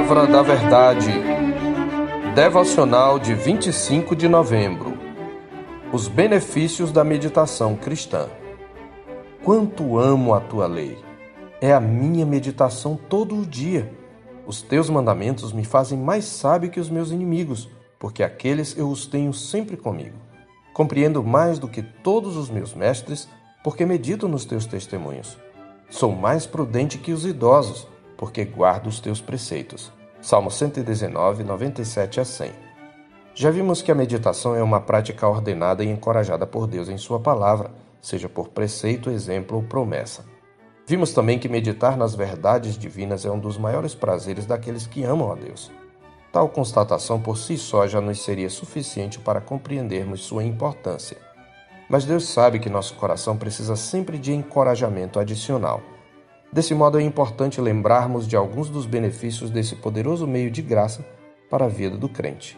Palavra da Verdade. Devocional de 25 de novembro. Os benefícios da meditação cristã. Quanto amo a tua lei! É a minha meditação todo o dia. Os teus mandamentos me fazem mais sábio que os meus inimigos, porque aqueles eu os tenho sempre comigo. Compreendo mais do que todos os meus mestres, porque medito nos teus testemunhos. Sou mais prudente que os idosos, porque guardo os teus preceitos. Salmo 119, 97 a 100. Já vimos que a meditação é uma prática ordenada e encorajada por Deus em sua palavra, seja por preceito, exemplo ou promessa. Vimos também que meditar nas verdades divinas é um dos maiores prazeres daqueles que amam a Deus. Tal constatação por si só já nos seria suficiente para compreendermos sua importância. Mas Deus sabe que nosso coração precisa sempre de encorajamento adicional. Desse modo, é importante lembrarmos de alguns dos benefícios desse poderoso meio de graça para a vida do crente.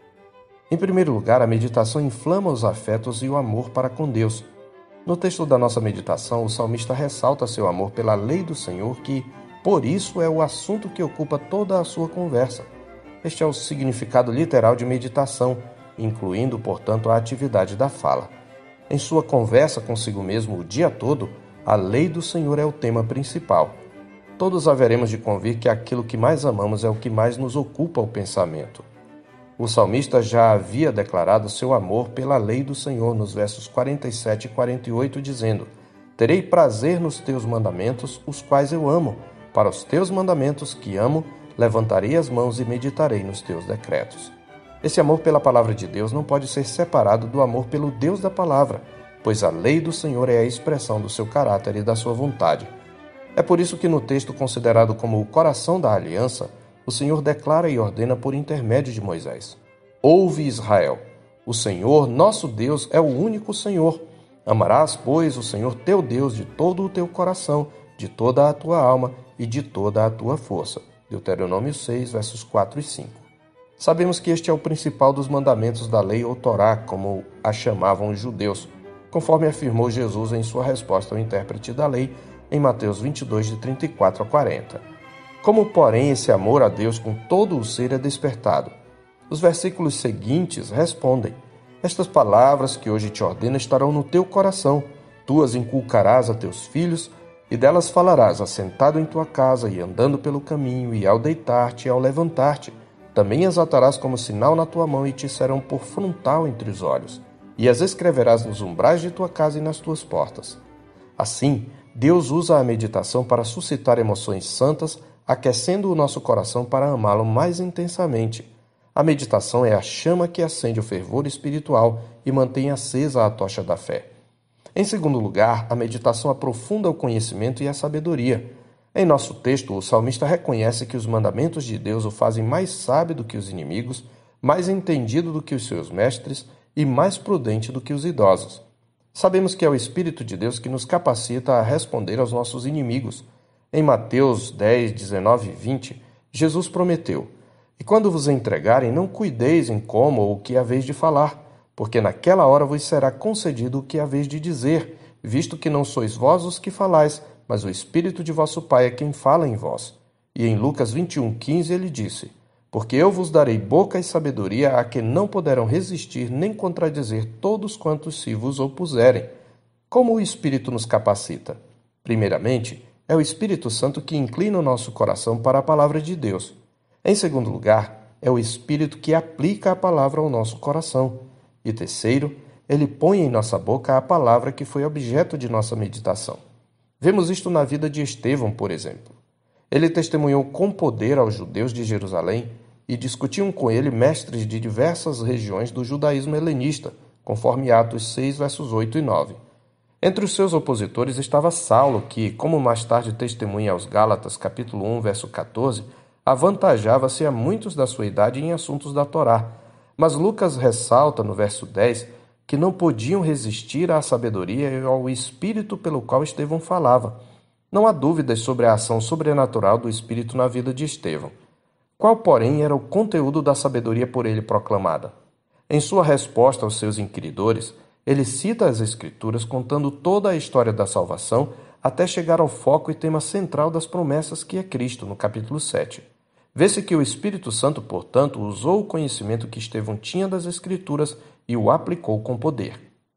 Em primeiro lugar, a meditação inflama os afetos e o amor para com Deus. No texto da nossa meditação, o salmista ressalta seu amor pela lei do Senhor, que, por isso, é o assunto que ocupa toda a sua conversa. Este é o significado literal de meditação, incluindo, portanto, a atividade da fala. Em sua conversa consigo mesmo o dia todo, a lei do Senhor é o tema principal. Todos haveremos de convir que aquilo que mais amamos é o que mais nos ocupa o pensamento. O salmista já havia declarado seu amor pela lei do Senhor nos versos 47 e 48, dizendo: Terei prazer nos teus mandamentos, os quais eu amo. Para os teus mandamentos que amo, levantarei as mãos e meditarei nos teus decretos. Esse amor pela palavra de Deus não pode ser separado do amor pelo Deus da palavra, pois a lei do Senhor é a expressão do seu caráter e da sua vontade. É por isso que no texto considerado como o coração da aliança, o Senhor declara e ordena por intermédio de Moisés: Ouve, Israel, o Senhor, nosso Deus, é o único Senhor. Amarás, pois, o Senhor teu Deus de todo o teu coração, de toda a tua alma e de toda a tua força. Deuteronômio 6, versos 4 e 5. Sabemos que este é o principal dos mandamentos da lei ou Torá, como a chamavam os judeus, conforme afirmou Jesus em sua resposta ao intérprete da lei, em Mateus 22, de 34 a 40. Como, porém, esse amor a Deus com todo o ser é despertado? Os versículos seguintes respondem: Estas palavras que hoje te ordeno estarão no teu coração, tu as inculcarás a teus filhos, e delas falarás assentado em tua casa e andando pelo caminho, e ao deitar-te e ao levantar-te. Também as atarás como sinal na tua mão e te serão por frontal entre os olhos, e as escreverás nos umbrais de tua casa e nas tuas portas. Assim, Deus usa a meditação para suscitar emoções santas, aquecendo o nosso coração para amá-lo mais intensamente. A meditação é a chama que acende o fervor espiritual e mantém acesa a tocha da fé. Em segundo lugar, a meditação aprofunda o conhecimento e a sabedoria. Em nosso texto, o salmista reconhece que os mandamentos de Deus o fazem mais sábio do que os inimigos, mais entendido do que os seus mestres e mais prudente do que os idosos. Sabemos que é o Espírito de Deus que nos capacita a responder aos nossos inimigos. Em Mateus 10, 19 e 20, Jesus prometeu: E quando vos entregarem, não cuideis em como ou o que haveis de falar, porque naquela hora vos será concedido o que haveis de dizer, visto que não sois vós os que falais, mas o Espírito de vosso Pai é quem fala em vós. E em Lucas 21:15 ele disse: Porque eu vos darei boca e sabedoria a que não poderão resistir nem contradizer todos quantos se vos opuserem. Como o Espírito nos capacita? Primeiramente, é o Espírito Santo que inclina o nosso coração para a palavra de Deus. Em segundo lugar, é o Espírito que aplica a palavra ao nosso coração. E terceiro, ele põe em nossa boca a palavra que foi objeto de nossa meditação. Vemos isto na vida de Estevão, por exemplo. Ele testemunhou com poder aos judeus de Jerusalém e discutiam com ele mestres de diversas regiões do judaísmo helenista, conforme Atos 6, versos 8 e 9. Entre os seus opositores estava Saulo, que, como mais tarde testemunha aos Gálatas, capítulo 1, verso 14, avantajava-se a muitos da sua idade em assuntos da Torá. Mas Lucas ressalta, no verso 10, que não podiam resistir à sabedoria e ao espírito pelo qual Estevão falava. Não há dúvidas sobre a ação sobrenatural do Espírito na vida de Estevão. Qual, porém, era o conteúdo da sabedoria por ele proclamada? Em sua resposta aos seus inquiridores, ele cita as Escrituras contando toda a história da salvação até chegar ao foco e tema central das promessas que é Cristo, no capítulo 7. Vê-se que o Espírito Santo, portanto, usou o conhecimento que Estevão tinha das Escrituras e o aplicou com poder.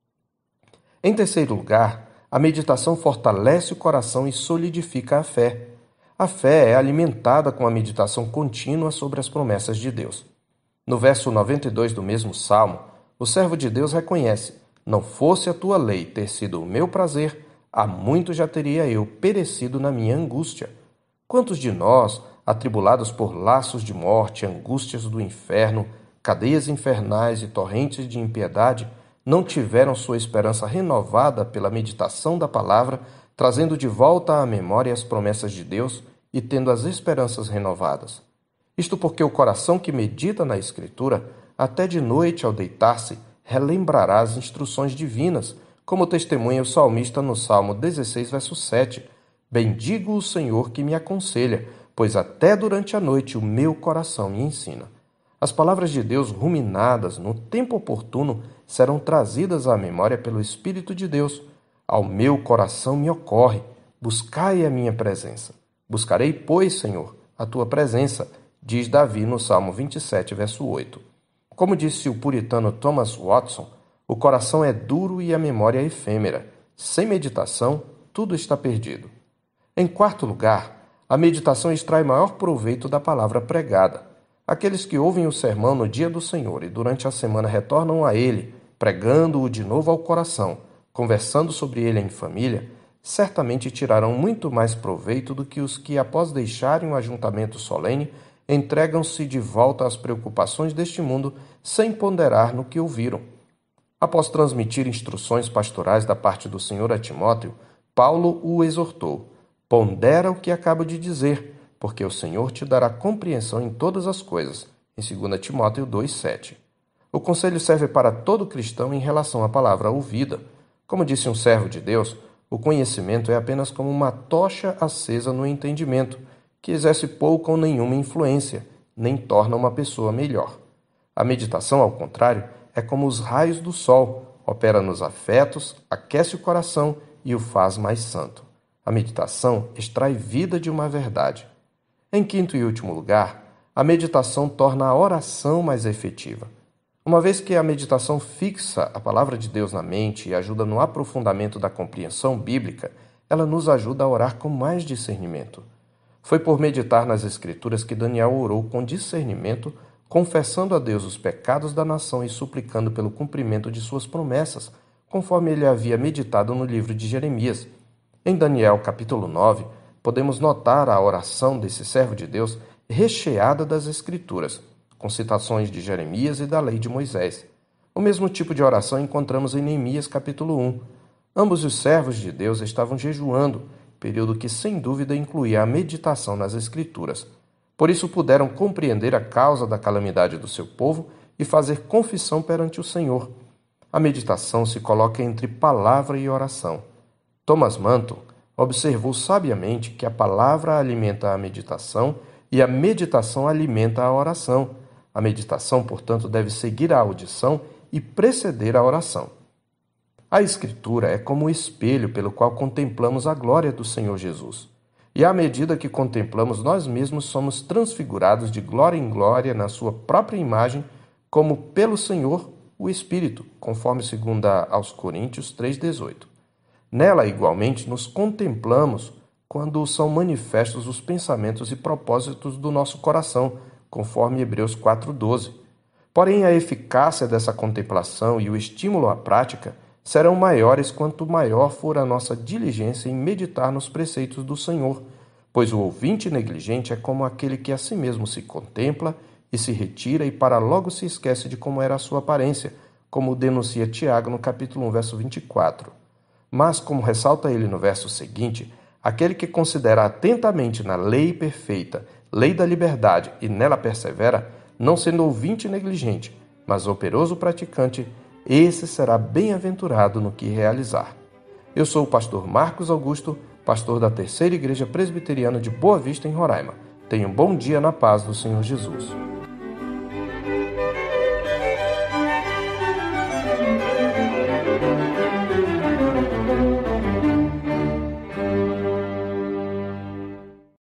Em terceiro lugar, a meditação fortalece o coração e solidifica a fé. A fé é alimentada com a meditação contínua sobre as promessas de Deus. No verso 92 do mesmo Salmo, o servo de Deus reconhece: não fosse a tua lei ter sido o meu prazer, há muito já teria eu perecido na minha angústia. Quantos de nós, atribulados por laços de morte, angústias do inferno, cadeias infernais e torrentes de impiedade, não tiveram sua esperança renovada pela meditação da palavra, trazendo de volta à memória as promessas de Deus e tendo as esperanças renovadas? Isto porque o coração que medita na Escritura, até de noite ao deitar-se, relembrará as instruções divinas, como testemunha o salmista no Salmo 16, verso 7. Bendigo o Senhor que me aconselha, pois até durante a noite o meu coração me ensina. As palavras de Deus ruminadas no tempo oportuno serão trazidas à memória pelo Espírito de Deus. Ao meu coração me ocorre: buscai a minha presença. Buscarei, pois, Senhor, a tua presença, diz Davi no Salmo 27, verso 8. Como disse o puritano Thomas Watson, o coração é duro e a memória é efêmera. Sem meditação, tudo está perdido. Em quarto lugar, a meditação extrai maior proveito da palavra pregada. Aqueles que ouvem o sermão no dia do Senhor e durante a semana retornam a ele, pregando-o de novo ao coração, conversando sobre ele em família, certamente tirarão muito mais proveito do que os que, após deixarem o ajuntamento solene, entregam-se de volta às preocupações deste mundo sem ponderar no que ouviram. Após transmitir instruções pastorais da parte do Senhor a Timóteo, Paulo o exortou: pondera o que acabo de dizer, porque o Senhor te dará compreensão em todas as coisas, em 2 Timóteo 2,7. O conselho serve para todo cristão em relação à palavra ouvida. Como disse um servo de Deus, o conhecimento é apenas como uma tocha acesa no entendimento, que exerce pouca ou nenhuma influência, nem torna uma pessoa melhor. A meditação, ao contrário, é como os raios do sol, opera nos afetos, aquece o coração e o faz mais santo. A meditação extrai vida de uma verdade. Em quinto e último lugar, a meditação torna a oração mais efetiva. Uma vez que a meditação fixa a palavra de Deus na mente e ajuda no aprofundamento da compreensão bíblica, ela nos ajuda a orar com mais discernimento. Foi por meditar nas Escrituras que Daniel orou com discernimento, confessando a Deus os pecados da nação e suplicando pelo cumprimento de suas promessas, conforme ele havia meditado no livro de Jeremias. Em Daniel, capítulo 9, podemos notar a oração desse servo de Deus recheada das Escrituras, com citações de Jeremias e da lei de Moisés. O mesmo tipo de oração encontramos em Neemias capítulo 1. Ambos os servos de Deus estavam jejuando, período que sem dúvida incluía a meditação nas Escrituras. Por isso puderam compreender a causa da calamidade do seu povo e fazer confissão perante o Senhor. A meditação se coloca entre palavra e oração. Thomas Manton observou sabiamente que a palavra alimenta a meditação e a meditação alimenta a oração. A meditação, portanto, deve seguir a audição e preceder a oração. A Escritura é como o espelho pelo qual contemplamos a glória do Senhor Jesus. E à medida que contemplamos, nós mesmos somos transfigurados de glória em glória na sua própria imagem, como pelo Senhor, o Espírito, conforme 2 aos Coríntios 3,18. Nela, igualmente, nos contemplamos quando são manifestos os pensamentos e propósitos do nosso coração, conforme Hebreus 4,12. Porém, a eficácia dessa contemplação e o estímulo à prática serão maiores quanto maior for a nossa diligência em meditar nos preceitos do Senhor, pois o ouvinte negligente é como aquele que a si mesmo se contempla e se retira e para logo se esquece de como era a sua aparência, como denuncia Tiago no capítulo 1, verso 24. Mas, como ressalta ele no verso seguinte, aquele que considera atentamente na lei perfeita, lei da liberdade, e nela persevera, não sendo ouvinte negligente, mas operoso praticante, esse será bem-aventurado no que realizar. Eu sou o pastor Marcos Augusto, pastor da Terceira Igreja Presbiteriana de Boa Vista, em Roraima. Tenha um bom dia na paz do Senhor Jesus.